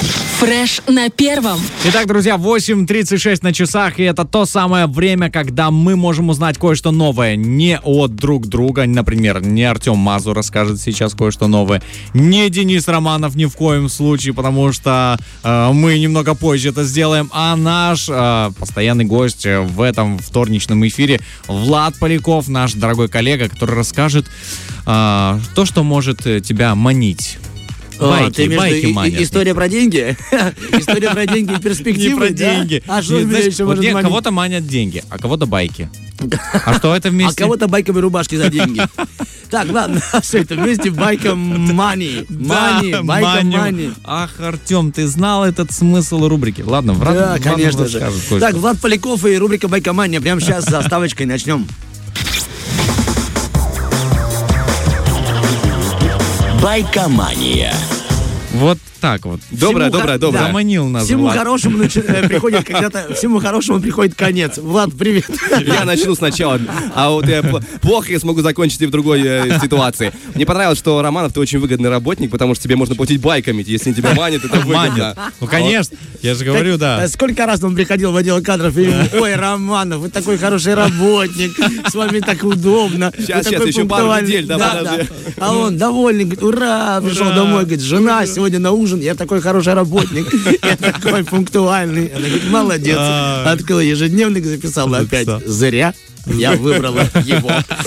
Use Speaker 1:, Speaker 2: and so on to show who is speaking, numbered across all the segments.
Speaker 1: Фреш на первом.
Speaker 2: Итак, друзья, 8:36 на часах, и это то самое время, когда мы можем узнать кое-что новое не от друг друга. Например, не Артем Мазур расскажет сейчас кое-что новое, не Денис Романов ни в коем случае, потому что мы немного позже это сделаем, а наш постоянный гость в этом вторничном эфире Влад Поляков, наш дорогой коллега, который расскажет то, что может тебя манить. Байки манят.
Speaker 3: История про деньги? История про деньги и перспективы?
Speaker 2: Не про деньги.
Speaker 3: А что еще может манить?
Speaker 2: Кого-то манят деньги, а кого-то байки. А что это вместе?
Speaker 3: А кого-то байковые рубашки за деньги. Так, ладно, все это вместе байка мани. Байка мани.
Speaker 2: Ах, Артем, ты знал этот смысл рубрики? Ладно, Влад,
Speaker 3: да, конечно же. Так, Влад Поляков и рубрика «Байка мания». Прямо сейчас с заставочкой начнем.
Speaker 4: Байкомания.
Speaker 2: Вот так вот.
Speaker 4: Доброе.
Speaker 2: Заманил нас
Speaker 3: Всему
Speaker 2: Влад.
Speaker 3: хорошему приходит когда-то, всему хорошему приходит конец. Влад, привет.
Speaker 4: Я начну сначала, а вот я плохо я смогу закончить и в другой ситуации. Мне понравилось, что, Романов, ты очень выгодный работник, потому что тебе можно платить байками. Если тебя манят, это выгодно.
Speaker 2: Ну, конечно, я же говорю, да.
Speaker 3: Сколько раз он приходил в отдел кадров и говорил: ой, Романов, вы такой хороший работник, с вами так удобно.
Speaker 4: Сейчас, еще пару недель, подожди.
Speaker 3: А он довольный, говорит: ура, пришел домой, говорит: жена сегодня на ужин, я такой хороший работник, я такой пунктуальный. Она говорит: молодец. Открыла ежедневник, записала опять. Зря. Я выбрала его.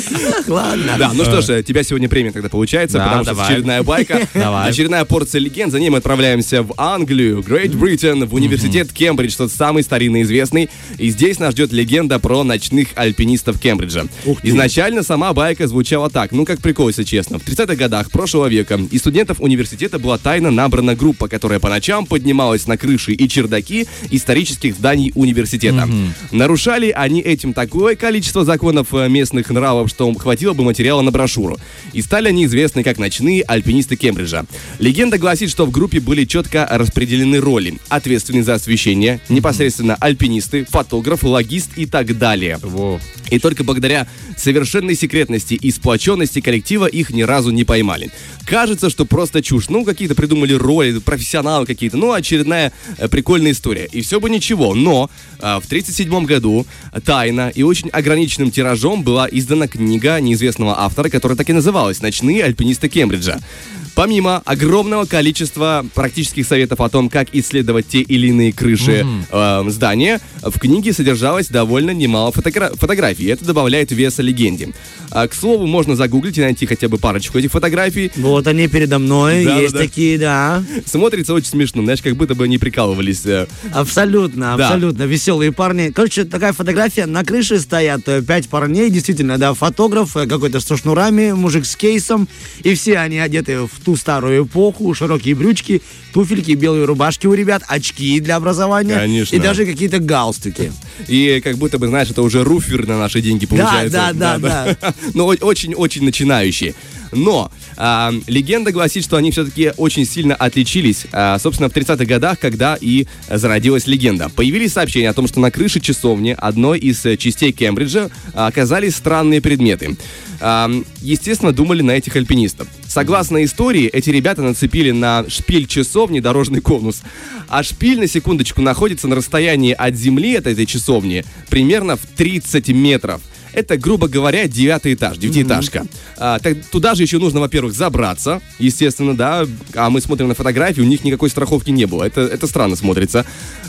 Speaker 3: Ладно.
Speaker 4: Да, ну что ж, тебя сегодня премия тогда получается, потому что очередная байка, очередная порция легенд. За ней мы отправляемся в Англию, Great Britain, в университет Кембридж, тот самый старинный известный. И здесь нас ждет легенда про ночных альпинистов Кембриджа. Изначально сама байка звучала так, ну как прикол, если честно. В 30-х годах прошлого века из студентов университета была тайно набрана группа, которая по ночам поднималась на крыши и чердаки исторических зданий университета. Нарушали они этим такое количество законов местных нравов, что хватило бы материала на брошюру. И стали они известны как ночные альпинисты Кембриджа. Легенда гласит, что в группе были четко распределены роли. Ответственный за освещение, непосредственно альпинисты, фотограф, логист и так далее. И только благодаря совершенной секретности и сплоченности коллектива их ни разу не поймали. Кажется, что просто чушь. Ну, какие-то придумали роли, профессионалы какие-то. Ну, очередная прикольная история. И все бы ничего. Но в 1937 году тайно и очень ограниченным тиражом была издана книга неизвестного автора, которая так и называлась «Ночные альпинисты Кембриджа». Помимо огромного количества практических советов о том, как исследовать те или иные крыши здания, в книге содержалось довольно немало фотографий. Это добавляет веса легенде. К слову, можно загуглить и найти хотя бы парочку этих фотографий.
Speaker 3: Вот они передо мной, есть такие, да.
Speaker 4: Смотрится очень смешно, знаешь, как будто бы они прикалывались.
Speaker 3: Абсолютно, веселые парни. Короче, такая фотография, на крыше стоят 5 парней, действительно, да, фотограф, какой-то со шнурами, мужик с кейсом, и все они одеты в ту старую эпоху, широкие брючки, туфельки, белые рубашки у ребят, очки для образования.
Speaker 4: Конечно.
Speaker 3: И даже какие-то галстуки.
Speaker 4: И как будто бы, знаешь, это уже руфер на наши деньги получается.
Speaker 3: Да.
Speaker 4: Но очень-очень начинающие. Но легенда гласит, что они все-таки очень сильно отличились, собственно, в 30-х годах, когда и зародилась легенда. Появились сообщения о том, что на крыше часовни одной из частей Кембриджа оказались странные предметы. Естественно, думали на этих альпинистов. Согласно истории, эти ребята нацепили на шпиль часовни дорожный конус. А шпиль, на секундочку, находится на расстоянии от земли от этой часовни примерно в 30 метров. Это, грубо говоря, 9 этаж, девятиэтажка. Туда же еще нужно, во-первых, забраться, естественно, да. А мы смотрим на фотографии, у них никакой страховки не было. Это странно смотрится.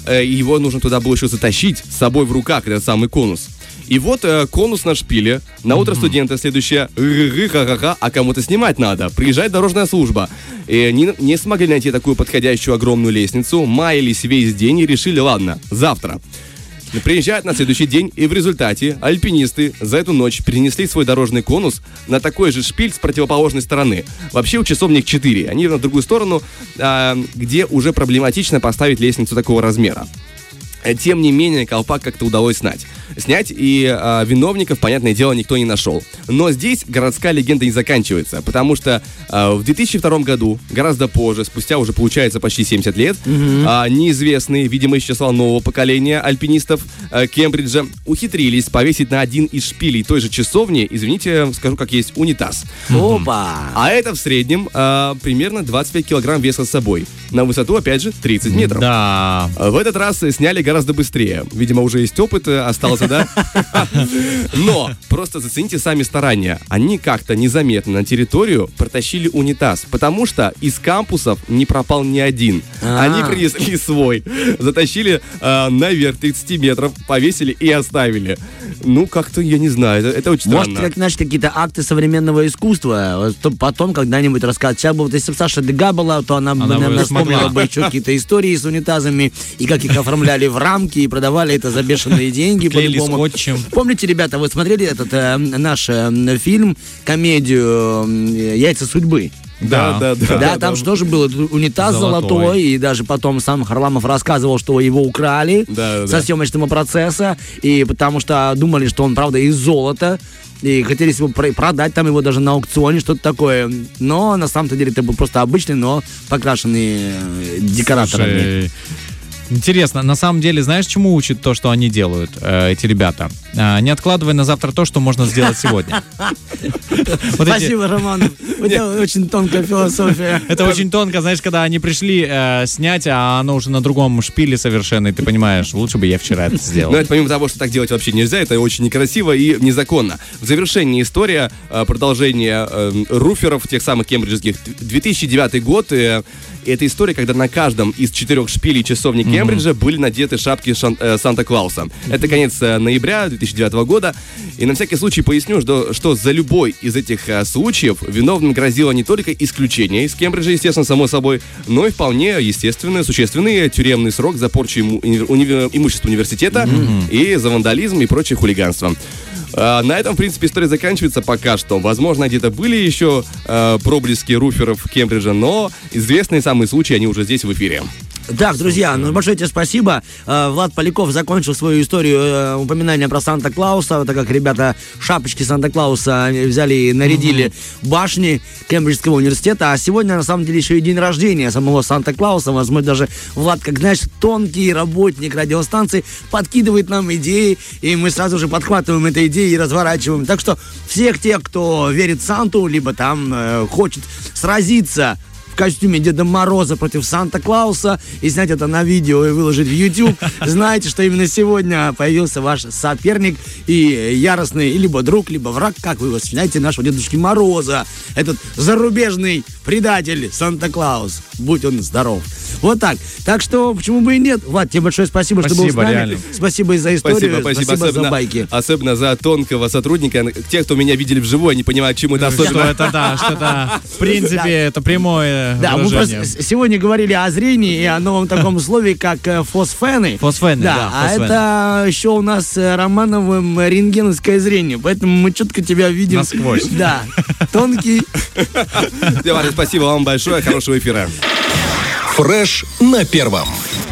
Speaker 4: Его нужно туда было еще затащить с собой в руках, этот самый конус. И вот конус на шпиле. На утро студента следующее: а кому-то снимать надо. Приезжает дорожная служба. И не смогли найти такую подходящую огромную лестницу. Маялись весь день и решили: ладно, завтра. Приезжают на следующий день, и в результате альпинисты за эту ночь перенесли свой дорожный конус на такой же шпиль с противоположной стороны. Вообще у часовни их 4. Они на другую сторону, где уже проблематично поставить лестницу такого размера. Тем не менее, колпак как-то удалось снять. снять, и виновников, понятное дело, никто не нашел. Но здесь городская легенда не заканчивается, потому что в 2002 году, гораздо позже, спустя уже, получается, почти 70 лет, неизвестные, видимо, из числа нового поколения альпинистов Кембриджа ухитрились повесить на один из шпилей той же часовни, извините, скажу как есть, унитаз.
Speaker 3: Опа!
Speaker 4: А это в среднем примерно 25 килограмм веса с собой. На высоту, опять же, 30 метров.
Speaker 2: Да.
Speaker 4: В этот раз сняли гораздо быстрее. Видимо, уже есть опыт, остался, да? Но просто зацените сами старания. Они как-то незаметно на территорию протащили унитаз, потому что из кампусов не пропал ни один. Они принесли свой, затащили наверх 30 метров, повесили и оставили. Ну, как-то, я не знаю, это очень странно.
Speaker 3: Может, значит, какие-то акты современного искусства. Потом когда-нибудь рассказать. Сейчас бы, вот если бы Саша Дега была, то она наверное, вспомнила бы еще какие-то истории с унитазами, и как их оформляли в рамки, и продавали это за бешеные деньги.
Speaker 2: Клеили скотчем.
Speaker 3: Помните, ребята, вы смотрели этот наш фильм, комедию «Яйца судьбы»?
Speaker 2: Да,
Speaker 3: там что же было? Унитаз золотой, и даже потом сам Харламов рассказывал, что его украли со съемочного процесса, и потому что думали, что он, правда, из золота, и хотели его продать, там его даже на аукционе, что-то такое. Но на самом-то деле это был просто обычный, но покрашенный декораторами.
Speaker 2: Слушай, интересно, на самом деле, знаешь, чему учит то, что они делают, эти ребята? Не откладывай на завтра то, что можно сделать сегодня.
Speaker 3: Спасибо, Роман. Это очень тонкая философия.
Speaker 2: Это очень тонко, знаешь, когда они пришли снять, а оно уже на другом шпиле совершенно, и ты понимаешь, лучше бы я вчера это сделал.
Speaker 4: Но это помимо того, что так делать вообще нельзя, это очень некрасиво и незаконно. В завершении история, продолжение руферов, тех самых кембриджских. 2009 год, и это история, когда на каждом из 4 шпилей часовни Кембриджа были надеты шапки Санта-Клауса. Это конец ноября 2009 года. И на всякий случай поясню, что за любой из этих случаев виновным грозило не только исключение из Кембриджа, естественно, само собой, но и вполне естественный, существенный тюремный срок за порчу имущества университета и за вандализм и прочее хулиганство. На этом, в принципе, история заканчивается пока что. Возможно, где-то были еще проблески руферов Кембриджа, но известные самые случаи, они уже здесь в эфире.
Speaker 3: Так, друзья, большое тебе спасибо. Влад Поляков закончил свою историю упоминания про Санта-Клауса, так как ребята шапочки Санта-Клауса взяли и нарядили башни Кембриджского университета. А сегодня, на самом деле, еще и день рождения самого Санта-Клауса. Возможно, даже Влад, как, знаешь, тонкий работник радиостанции, подкидывает нам идеи, и мы сразу же подхватываем эти идеи и разворачиваем. Так что всех тех, кто верит в Санту, либо там хочет сразиться в костюме Деда Мороза против Санта-Клауса и снять это на видео и выложить в YouTube, знаете, что именно сегодня появился ваш соперник и яростный либо друг, либо враг, как вы его вспоминаете, нашего Дедушки Мороза, этот зарубежный предатель Санта-Клаус, будь он здоров. Вот так. Так что, почему бы и нет? Влад, тебе большое спасибо, что был с нами. Реально. Спасибо и за историю, спасибо за байки.
Speaker 4: Особенно за тонкого сотрудника. Те, кто меня видели вживую, они понимают, чему это особенно.
Speaker 2: Что это, в принципе, это прямое
Speaker 3: выражение. Мы просто сегодня говорили о зрении и о новом таком слове, как фосфены.
Speaker 2: Фосфены, да.
Speaker 3: А это еще у нас Романовым рентгеновское зрение, поэтому мы четко тебя видим.
Speaker 2: Насквозь.
Speaker 3: Да, тонкий.
Speaker 4: Спасибо вам большое, хорошего эфира.
Speaker 5: Фреш на первом.